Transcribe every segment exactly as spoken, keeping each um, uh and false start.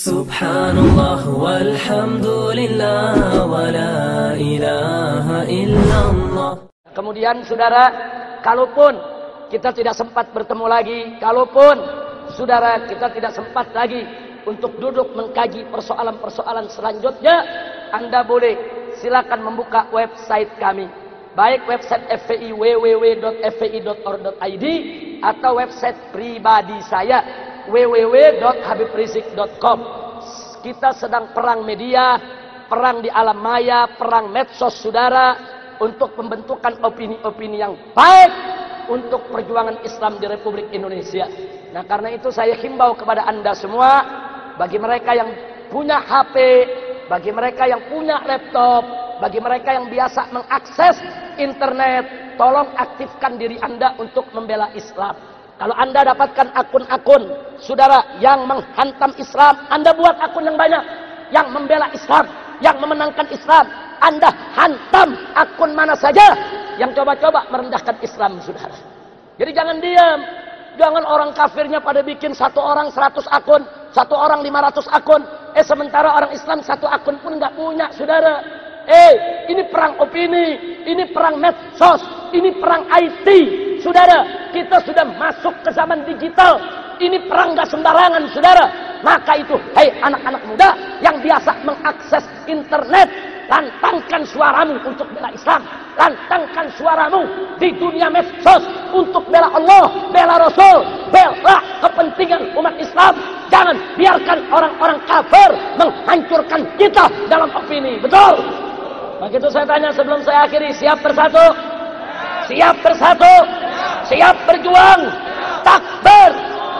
Subhanallah walhamdulillah wa la ilaha illallah. Kemudian saudara, kalaupun kita tidak sempat bertemu lagi, kalaupun saudara kita tidak sempat lagi untuk duduk mengkaji persoalan-persoalan selanjutnya, Anda boleh silakan membuka website kami, baik website F V I w w w dot f v i dot org dot i d atau website pribadi saya w w w dot habib rizik dot com. Kita sedang perang media, perang di alam maya, perang medsos saudara, untuk pembentukan opini-opini yang baik untuk perjuangan Islam di Republik Indonesia. Nah, karena itu saya himbau kepada Anda semua, bagi mereka yang punya H P, bagi mereka yang punya laptop, bagi mereka yang biasa mengakses internet, tolong aktifkan diri Anda untuk membela Islam. Kalau Anda dapatkan akun-akun saudara yang menghantam Islam, Anda buat akun yang banyak yang membela Islam, yang memenangkan Islam. Anda hantam akun mana saja yang coba-coba merendahkan Islam, saudara. Jadi jangan diam. Jangan orang kafirnya pada bikin satu orang seratus akun, satu orang lima ratus akun. Eh sementara orang Islam satu akun pun nggak punya, saudara. Eh, ini perang opini, ini perang medsos, ini perang I T, saudara. Kita sudah masuk ke zaman digital. Ini perang nggak sembarangan, saudara. Maka itu, hei anak-anak muda yang biasa mengakses internet, lantangkan suaramu untuk bela Islam, lantangkan suaramu di dunia medsos untuk bela Allah, bela Rasul, bela kepentingan umat Islam. Jangan biarkan orang-orang kafir menghancurkan kita dalam opini. Betul? Begitu saya tanya sebelum saya akhiri, siap bersatu? Siap bersatu? Siap berjuang? Takbir!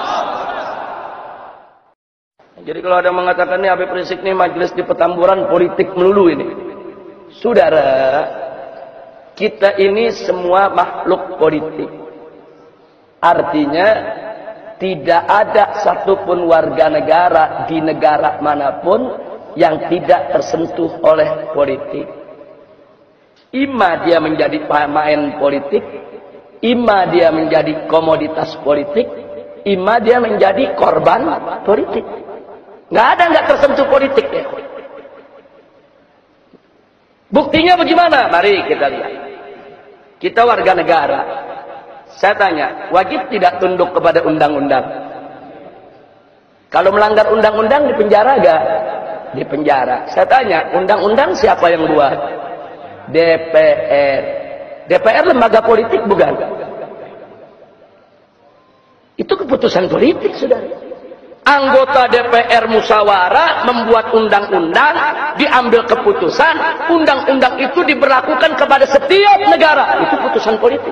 Jadi kalau ada yang mengatakan ini Habib Rizik ini majelis di Petamburan politik melulu ini. Saudara, kita ini semua makhluk politik. Artinya tidak ada satupun warga negara di negara manapun yang tidak tersentuh oleh politik. Ima dia menjadi pemain politik, ima dia menjadi komoditas politik, ima dia menjadi korban politik. Nggak ada nggak tersentuh politik ya. Buktinya bagaimana? Mari kita lihat. Kita warga negara. Saya tanya, wajib tidak tunduk kepada undang-undang? Kalau melanggar undang-undang dipenjara nggak? Dipenjara. Saya tanya, undang-undang siapa yang buat? D P R. D P R lembaga politik bukan? Itu keputusan politik, saudara. Anggota D P R musyawarah membuat undang-undang, diambil keputusan, undang-undang itu diberlakukan kepada setiap negara. Itu putusan politik.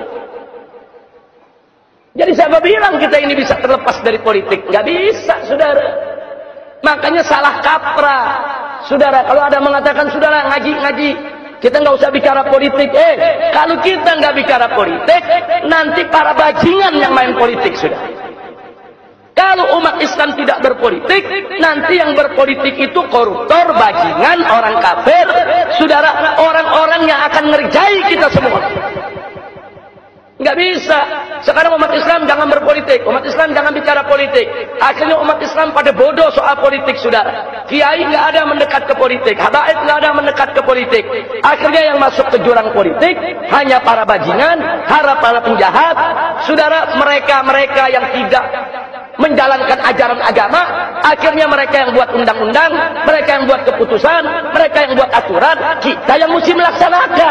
Jadi siapa bilang kita ini bisa terlepas dari politik? Nggak bisa, saudara. Makanya salah kaprah, saudara. Kalau ada mengatakan, saudara ngaji-ngaji, kita nggak usah bicara politik. Eh, kalau kita nggak bicara politik, nanti para bajingan yang main politik, saudara. Kalau umat Islam tidak berpolitik, nanti yang berpolitik itu koruptor, bajingan, orang kafir, saudara, orang-orang yang akan ngerjai kita semua. Nggak bisa. Sekarang umat Islam jangan berpolitik, umat Islam jangan bicara politik. Akhirnya umat Islam pada bodoh soal politik, saudara. Kiai nggak ada mendekat ke politik, habaib nggak ada mendekat ke politik. Akhirnya yang masuk ke jurang politik hanya para bajingan, harap para penjahat, saudara. Mereka-mereka yang tidak menjalankan ajaran agama, akhirnya mereka yang buat undang-undang, mereka yang buat keputusan, mereka yang buat aturan, kita yang mesti melaksanakan.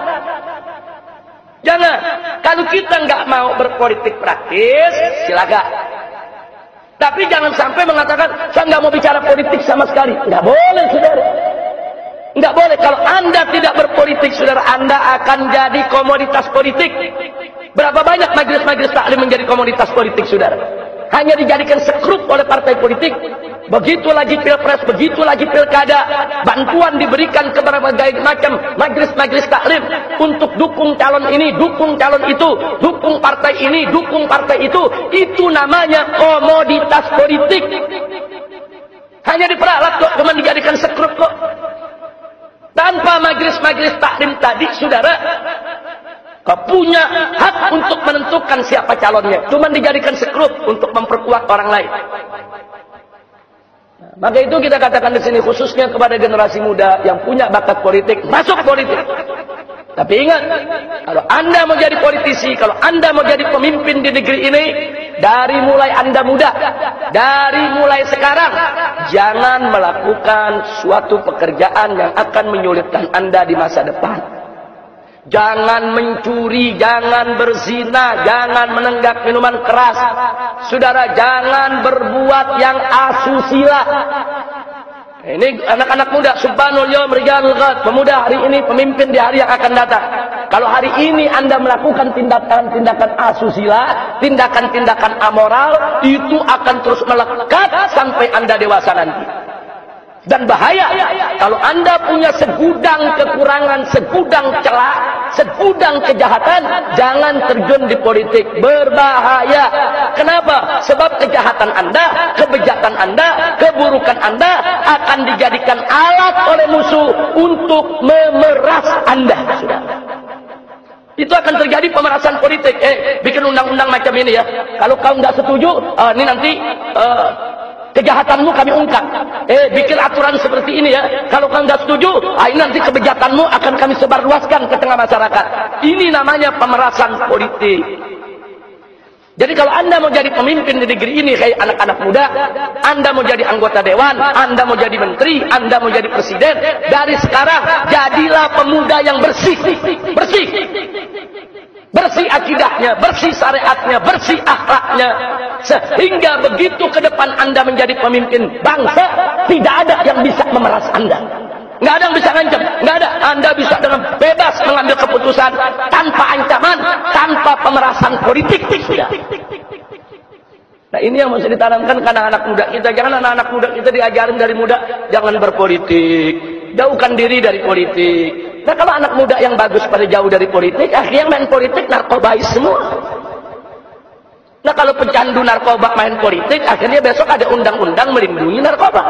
Jangan, kalau kita nggak mau berpolitik praktis, silakan. Tapi jangan sampai mengatakan, saya nggak mau bicara politik sama sekali. Nggak boleh, saudara. Nggak boleh. Kalau Anda tidak berpolitik, saudara, Anda akan jadi komoditas politik. Berapa banyak majelis-majelis taklim menjadi komoditas politik, saudara? Hanya dijadikan sekrup oleh partai politik. Begitu lagi pilpres, begitu lagi pilkada, bantuan diberikan kepada berbagai macam majelis-majelis taklim untuk dukung calon ini, dukung calon itu, dukung partai ini, dukung partai itu. Itu namanya komoditas politik. Hanya diperalat kok, cuma dijadikan sekrup kok. Tanpa majelis-majelis taklim tadi, saudara, kau punya hak untuk menentukan siapa calonnya. Cuma dijadikan sekrup untuk memperkuat orang lain. Maka itu kita katakan di sini khususnya kepada generasi muda yang punya bakat politik, masuk politik. Tapi ingat, kalau Anda mau jadi politisi, kalau Anda mau jadi pemimpin di negeri ini, dari mulai Anda muda, dari mulai sekarang, jangan melakukan suatu pekerjaan yang akan menyulitkan Anda di masa depan. Jangan mencuri, jangan berzina, jangan menenggak minuman keras. Saudara, jangan berbuat yang asusila. Ini anak-anak muda, subhanul yawm rijalul ghad, pemuda hari ini, pemimpin di hari yang akan datang. Kalau hari ini Anda melakukan tindakan-tindakan asusila, tindakan-tindakan amoral, itu akan terus melekat sampai Anda dewasa nanti. Dan bahaya kalau Anda punya segudang kekurangan, segudang celah, segudang kejahatan, jangan terjun di politik. Berbahaya. Kenapa? Sebab kejahatan Anda, kebejatan Anda, keburukan Anda akan dijadikan alat oleh musuh untuk memeras Anda. Sudah. Itu akan terjadi pemerasan politik. Eh, bikin undang-undang macam ini ya. Kalau kau nggak setuju, uh, ini nanti uh, kejahatanmu kami ungkap. Eh, bikin aturan seperti ini ya. Kalau kau nggak setuju, ah, ini nanti kebejatanmu akan kami sebarluaskan ke tengah masyarakat. Ini namanya pemerasan politik. Jadi kalau Anda mau jadi pemimpin di negeri ini kayak anak-anak muda, Anda mau jadi anggota dewan, Anda mau jadi menteri, Anda mau jadi presiden, dari sekarang jadilah pemuda yang bersih. Bersih. Bersih akidahnya, bersih syariatnya, bersih akhlaknya. Sehingga begitu ke depan Anda menjadi pemimpin bangsa, tidak ada yang bisa memeras Anda. Nggak ada yang bisa ngancam, nggak ada. Anda bisa dengan bebas mengambil keputusan tanpa ancaman, tanpa pemerasan politik. Sudah. Nah ini yang mesti ditanamkan ke anak-anak muda kita. Jangan anak-anak muda kita diajarin dari muda, jangan berpolitik, jauhkan diri dari politik. Nah kalau anak muda yang bagus pada jauh dari politik, akhirnya main politik narkobais semua. Nah kalau pecandu narkoba main politik, akhirnya besok ada undang-undang melindungi narkoba.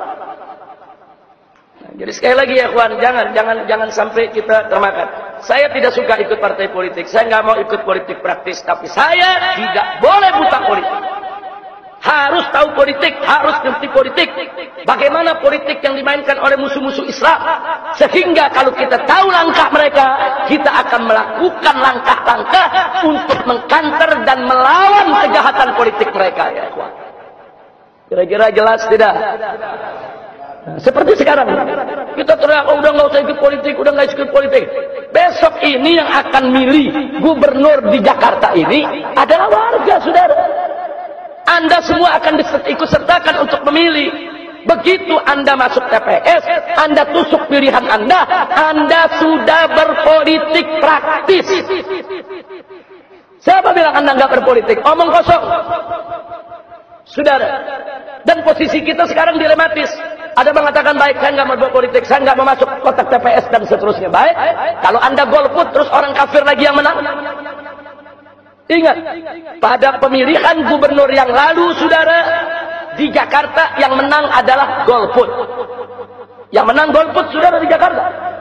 Nah, jadi sekali lagi ya kawan, jangan jangan jangan sampai kita termakan. Saya tidak suka ikut partai politik, saya nggak mau ikut politik praktis, tapi saya tidak boleh buta politik. Harus tahu politik, harus ngerti politik. Bagaimana politik yang dimainkan oleh musuh-musuh Islam. Sehingga kalau kita tahu langkah mereka, kita akan melakukan langkah-langkah untuk mengkanter dan melawan kejahatan politik mereka. Ya, kira-kira jelas tidak? Nah, seperti sekarang, kita teriak, oh, udah nggak usah ikut politik, udah nggak ikut politik. Besok ini yang akan milih gubernur di Jakarta ini adalah warga, saudara. Anda semua akan ikut sertakan untuk memilih. Begitu Anda masuk T P S, Anda tusuk pilihan Anda, Anda sudah berpolitik praktis. Siapa bilang Anda nggak berpolitik? Omong kosong. Saudara. Dan posisi kita sekarang dilematis. Ada mengatakan baik, saya nggak mau berpolitik, saya nggak mau masuk kotak T P S dan seterusnya. Baik. Kalau Anda golput, terus orang kafir lagi yang menang. Ingat, pada pemilihan gubernur yang lalu, saudara, di Jakarta yang menang adalah golput. Yang menang golput, saudara, di Jakarta.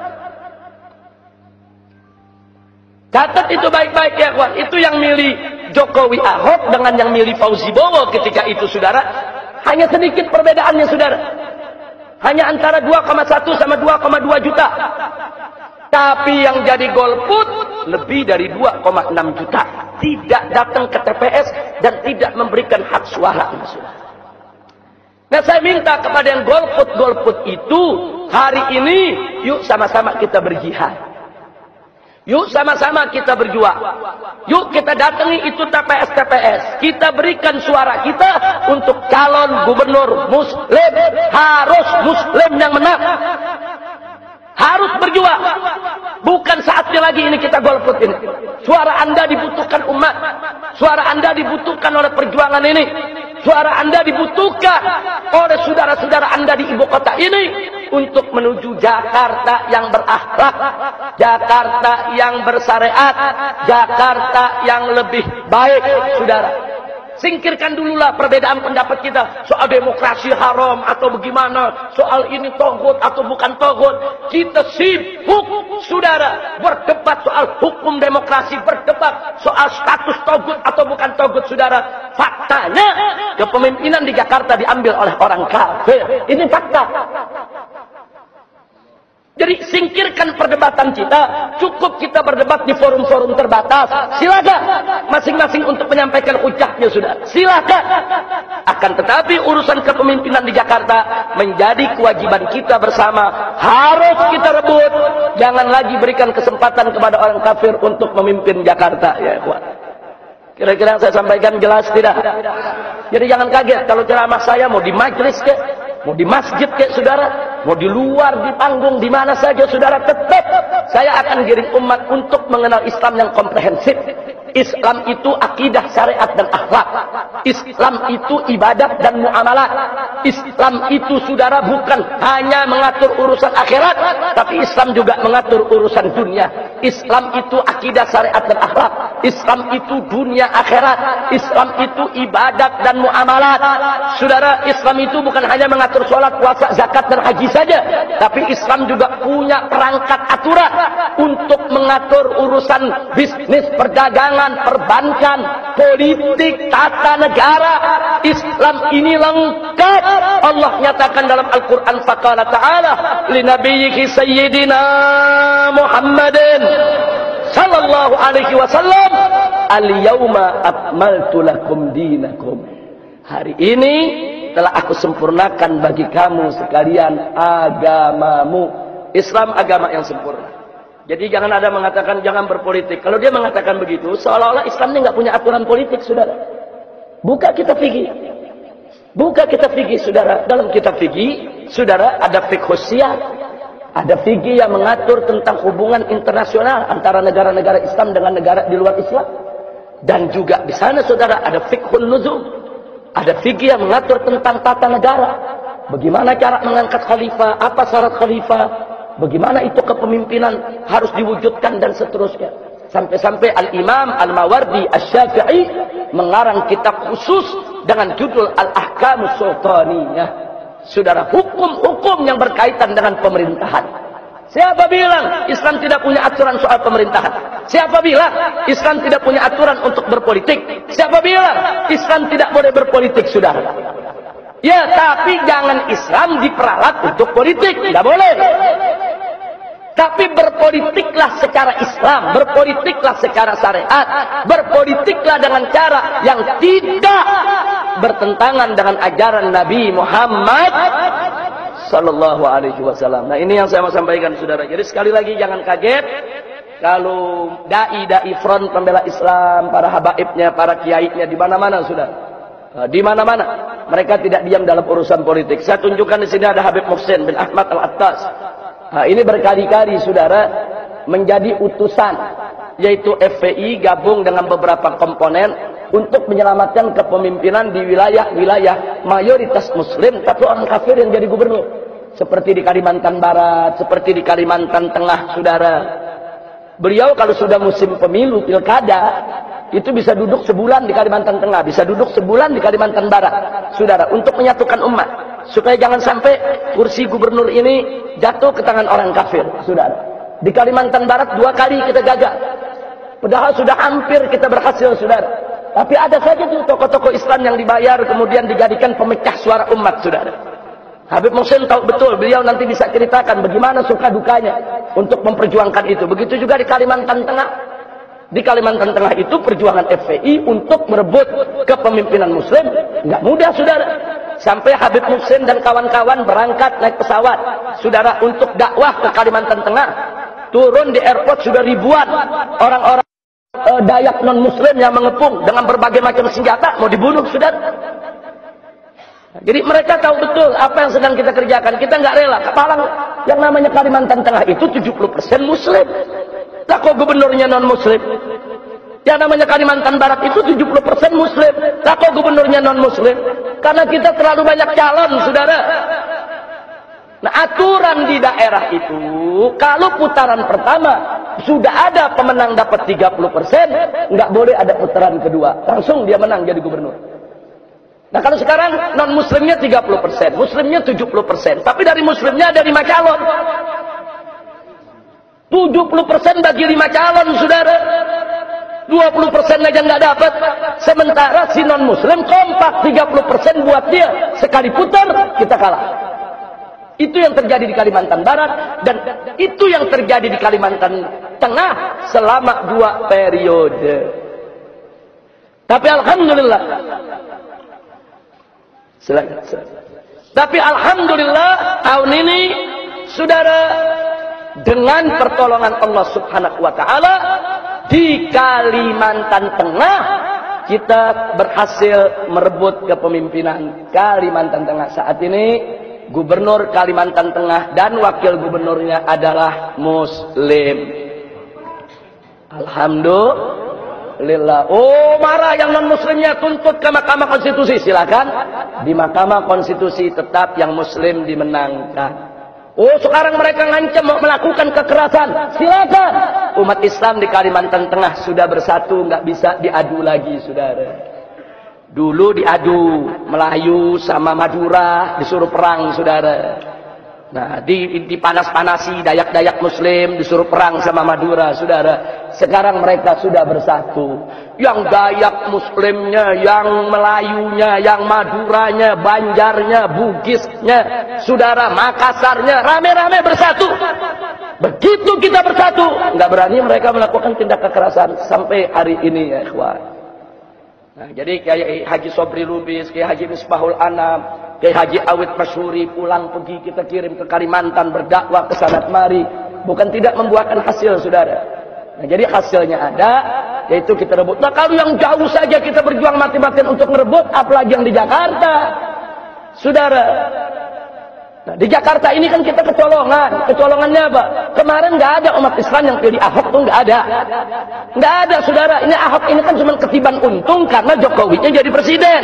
Catat itu baik-baik ya, kawan. Itu yang milih Jokowi Ahok dengan yang milih Fauzi Bowo ketika itu, saudara. Hanya sedikit perbedaannya, saudara. Hanya antara dua koma satu sama dua koma dua juta. Tapi yang jadi golput lebih dari dua koma enam juta. Tidak datang ke T P S dan tidak memberikan hak suara. Nah saya minta kepada yang golput-golput itu, hari ini yuk sama-sama kita berjihad. Yuk sama-sama kita berjuang. Yuk kita datangi itu T P S T P S. Kita berikan suara kita untuk calon gubernur muslim. Harus muslim yang menang. Harus berjuang. Bukan saatnya lagi ini kita golput ini. Suara Anda dibutuhkan umat. Suara Anda dibutuhkan oleh perjuangan ini. Suara Anda dibutuhkan oleh saudara-saudara Anda di ibu kota ini. Untuk menuju Jakarta yang berakhlak. Jakarta yang bersyariat. Jakarta yang lebih baik, saudara. Singkirkan dululah perbedaan pendapat kita soal demokrasi haram atau bagaimana, soal ini togut atau bukan togut. Kita sibuk, saudara, berdebat soal hukum demokrasi, berdebat soal status togut atau bukan togut, saudara. Faktanya, kepemimpinan di Jakarta diambil oleh orang kafir. Ini fakta. Jadi singkirkan perdebatan kita, cukup kita berdebat di forum-forum terbatas. Silakan masing-masing untuk menyampaikan hujahnya, sudah. Silakan. Akan tetapi urusan kepemimpinan di Jakarta menjadi kewajiban kita bersama. Harus kita rebut. Jangan lagi berikan kesempatan kepada orang kafir untuk memimpin Jakarta, ya kuat. Kira-kira yang saya sampaikan jelas tidak? Jadi jangan kaget kalau ceramah saya mau di majelis ke, mau di masjid ke, saudara, mau di luar, di panggung, di mana saja, saudara, tetap saya akan giring umat untuk mengenal Islam yang komprehensif. Islam itu akidah, syariat, dan akhlak. Islam itu ibadat dan muamalah. Islam itu, saudara, bukan hanya mengatur urusan akhirat, tapi Islam juga mengatur urusan dunia. Islam itu akidah, syariat, dan akhlak. Islam itu dunia akhirat. Islam itu ibadat dan muamalat. Saudara, Islam itu bukan hanya mengatur sholat, puasa, zakat, dan haji saja, tapi Islam juga punya perangkat aturan untuk mengatur urusan bisnis, perdagangan, perbankan, politik, tata negara. Islam ini lengkap. Allah nyatakan dalam Al-Quran, faqala ta'ala li nabiyyihi sayyidina Muhammadin sallallahu alaihi wasallam, al-yawma akmaltu lakum dinakum. Hari ini telah aku sempurnakan bagi kamu sekalian agamamu. Islam agama yang sempurna. Jadi jangan ada mengatakan jangan berpolitik. Kalau dia mengatakan begitu, seolah-olah Islam ini nggak punya aturan politik, saudara. Buka kitab fikih. Buka kitab fikih, saudara. Dalam kitab fikih, saudara, ada fiqh syiah. Ada fikih yang mengatur tentang hubungan internasional antara negara-negara Islam dengan negara di luar Islam. Dan juga di sana, saudara, ada fiqhun nuzul. Ada fikih yang mengatur tentang tata negara. Bagaimana cara mengangkat khalifah, apa syarat khalifah, bagaimana itu kepemimpinan harus diwujudkan, dan seterusnya. Sampai-sampai Al-Imam Al-Mawardi Asy-Syafi'i mengarang kitab khusus dengan judul Al-Ahkamus Sultaniyah. Saudara, hukum-hukum yang berkaitan dengan pemerintahan. Siapa bilang Islam tidak punya aturan soal pemerintahan? Siapa bilang Islam tidak punya aturan untuk berpolitik? Siapa bilang Islam tidak boleh berpolitik, saudara? Ya, tapi jangan Islam diperalat untuk politik. Tidak boleh. Tapi berpolitiklah secara Islam, berpolitiklah secara syariat, berpolitiklah dengan cara yang tidak bertentangan dengan ajaran Nabi Muhammad sallallahu alaihi wasallam. Nah, ini yang saya mau sampaikan, saudara. Jadi sekali lagi jangan kaget kalau dai-dai front pembela Islam, para habaibnya, para kiainya di mana-mana, saudara. Di mana-mana mereka tidak diam dalam urusan politik. Saya tunjukkan di sini ada Habib Muhsin bin Ahmad Al-Attas. Nah, ini berkali-kali, saudara, menjadi utusan, yaitu F P I gabung dengan beberapa komponen untuk menyelamatkan kepemimpinan di wilayah-wilayah mayoritas Muslim, tapi orang kafir yang jadi gubernur. Seperti di Kalimantan Barat, seperti di Kalimantan Tengah, saudara. Beliau kalau sudah musim pemilu, pilkada, itu bisa duduk sebulan di Kalimantan Tengah, bisa duduk sebulan di Kalimantan Barat, saudara, untuk menyatukan umat. Supaya jangan sampai kursi gubernur ini jatuh ke tangan orang kafir, saudara. Di Kalimantan Barat dua kali kita gagal. Padahal sudah hampir kita berhasil, saudara. Tapi ada saja tuh tokoh-tokoh Islam yang dibayar kemudian dijadikan pemecah suara umat, saudara. Habib Muhsin tahu betul, beliau nanti bisa ceritakan bagaimana suka dukanya untuk memperjuangkan itu. Begitu juga di Kalimantan Tengah. Di Kalimantan Tengah itu perjuangan F P I untuk merebut kepemimpinan Muslim nggak mudah, saudara. Sampai Habib Muhsin dan kawan-kawan berangkat naik pesawat, saudara, untuk dakwah ke Kalimantan Tengah. Turun di airport sudah ribuan orang-orang Uh, Dayak non-Muslim yang mengepung dengan berbagai macam senjata mau dibunuh, saudara. Jadi mereka tahu betul apa yang sedang kita kerjakan. Kita nggak rela. Kepalang yang namanya Kalimantan Tengah itu tujuh puluh persen Muslim. Lah kok gubernurnya non-Muslim? Yang namanya Kalimantan Barat itu tujuh puluh persen Muslim. Lah kok gubernurnya non-Muslim? Karena kita terlalu banyak calon, saudara. Nah, aturan di daerah itu, kalau putaran pertama sudah ada pemenang dapat tiga puluh persen, nggak boleh ada putaran kedua. Langsung dia menang jadi gubernur. Nah kalau sekarang non muslimnya tiga puluh persen, muslimnya tujuh puluh persen. Tapi dari muslimnya ada lima calon. tujuh puluh persen bagi lima calon, saudara. dua puluh persen aja nggak dapat. Sementara si non muslim kompak tiga puluh persen buat dia. Sekali putar kita kalah. Itu yang terjadi di Kalimantan Barat dan itu yang terjadi di Kalimantan Tengah selama dua periode. Tapi alhamdulillah. Silakan. Tapi alhamdulillah tahun ini saudara, dengan pertolongan Allah Subhanahu wa taala di Kalimantan Tengah kita berhasil merebut kepemimpinan Kalimantan Tengah. Saat ini Gubernur Kalimantan Tengah dan wakil gubernurnya adalah muslim. Alhamdulillah. Oh, marah yang non muslimnya, tuntut ke Mahkamah Konstitusi. Silakan. Di Mahkamah Konstitusi tetap yang muslim dimenangkan. Oh, sekarang mereka ngancam mau melakukan kekerasan. Silakan. Umat Islam di Kalimantan Tengah sudah bersatu, nggak bisa diadu lagi, saudara. Dulu diadu Melayu sama Madura, disuruh perang, saudara. Nah, di, di panas-panasi Dayak-Dayak Muslim disuruh perang sama Madura, saudara. Sekarang mereka sudah bersatu. Yang Dayak Muslimnya, yang Melayunya, yang Maduranya, Banjarnya, Bugisnya, saudara, Makassarnya, rame-rame bersatu. Begitu kita bersatu, nggak berani mereka melakukan tindak kekerasan sampai hari ini, ya ikhwan. Nah, jadi kayak Haji Sobri Lubis, kayak Haji Misbahul Anam, kayak Haji Awit Masyuri pulang pergi kita kirim ke Kalimantan berdakwah ke sana kemari, bukan tidak membuahkan hasil, saudara. Nah, jadi hasilnya ada, yaitu kita rebut. Nah, kalau yang jauh saja kita berjuang mati-matian untuk merebut, apalagi yang di Jakarta, saudara. Nah, di Jakarta ini kan kita kecolongan. Kecolongannya apa? Kemarin nggak ada umat Islam yang pilih Ahok tuh, nggak ada. Nggak ada, saudara. Ini Ahok ini kan cuma ketiban untung karena Jokowinya jadi presiden.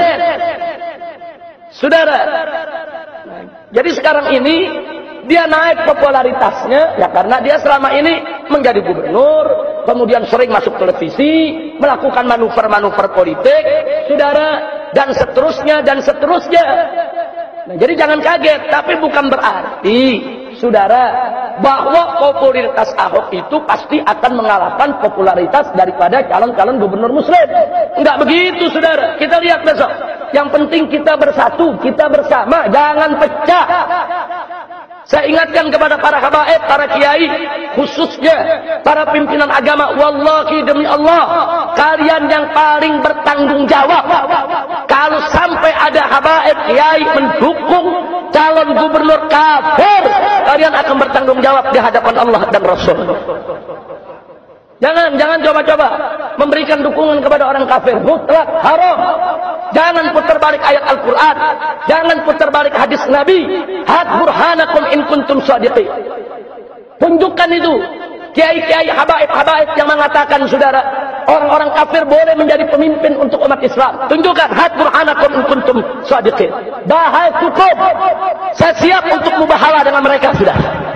Saudara. Nah, jadi sekarang ini dia naik popularitasnya ya karena dia selama ini menjadi gubernur, kemudian sering masuk televisi, melakukan manuver-manuver politik, saudara, dan seterusnya dan seterusnya. Nah, jadi jangan kaget, tapi bukan berarti, saudara, bahwa popularitas Ahok itu pasti akan mengalahkan popularitas daripada calon-calon gubernur muslim. Enggak begitu, saudara. Kita lihat besok. Yang penting kita bersatu, kita bersama, jangan pecah. Saya ingatkan kepada para habaib, para kiai, khususnya para pimpinan agama, wallahi demi Allah, kalian yang paling bertanggung jawab. Kalau sampai ada habaib kiai mendukung calon gubernur kafir, kalian akan bertanggung jawab di hadapan Allah dan Rasul. Jangan, jangan coba-coba memberikan dukungan kepada orang kafir, mutlak haram. Jangan putar balik ayat Al-Quran, jangan putar balik hadis Nabi. Hat burhanakum in kuntum shadiqin. Tunjukkan itu. Kiai-kiai habaib-habaib yang mengatakan, saudara, orang-orang kafir boleh menjadi pemimpin untuk umat Islam. Tunjukkan hat burhanakum in kuntum shadiqin. Bahai cukup. Saya siap untuk mubahala dengan mereka, sudah.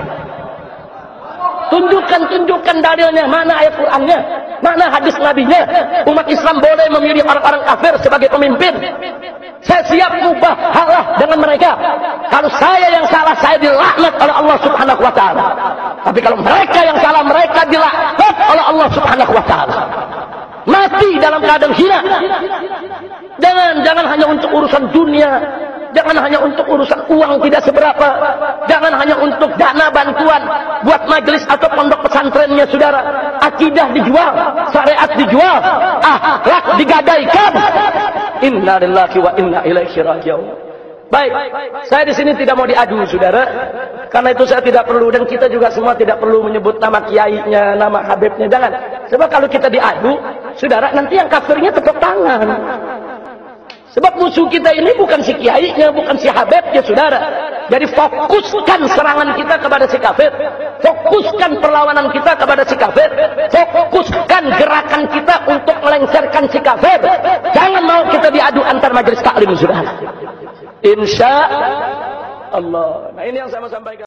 Tunjukkan, tunjukkan dalilnya, mana ayat Qur'annya, mana hadis Nabinya. Umat Islam boleh memilih orang-orang kafir sebagai pemimpin. Saya siap ubah halah dengan mereka. Kalau saya yang salah, saya dilaknat oleh Allah Subhanahu wa taala. Tapi kalau mereka yang salah, mereka dilaknat oleh Allah Subhanahu wa taala. Mati dalam keadaan hina. Jangan, jangan hanya untuk urusan dunia. Jangan hanya untuk urusan uang tidak seberapa. Jangan hanya untuk dana bantuan buat majelis atau pondok pesantrennya, saudara. Akidah dijual, syariat dijual, akhlak digadaikan. Inna lillahi wa inna ilaihi raji'un. Baik, saya di sini tidak mau diadu, saudara. Karena itu saya tidak perlu, dan kita juga semua tidak perlu menyebut nama kiainya, nama habibnya. Jangan. Sebab kalau kita diadu, saudara, nanti yang kafirnya tepuk tangan. Sebab musuh kita ini bukan si kiainya, bukan si habibnya, saudara. Jadi fokuskan serangan kita kepada si kafir. Fokuskan perlawanan kita kepada si kafir. Fokuskan gerakan kita untuk melengsarkan si kafir. Jangan mau kita diadu antar majelis taklim, saudara. Insya Allah. Nah, ini yang saya mau sampaikan.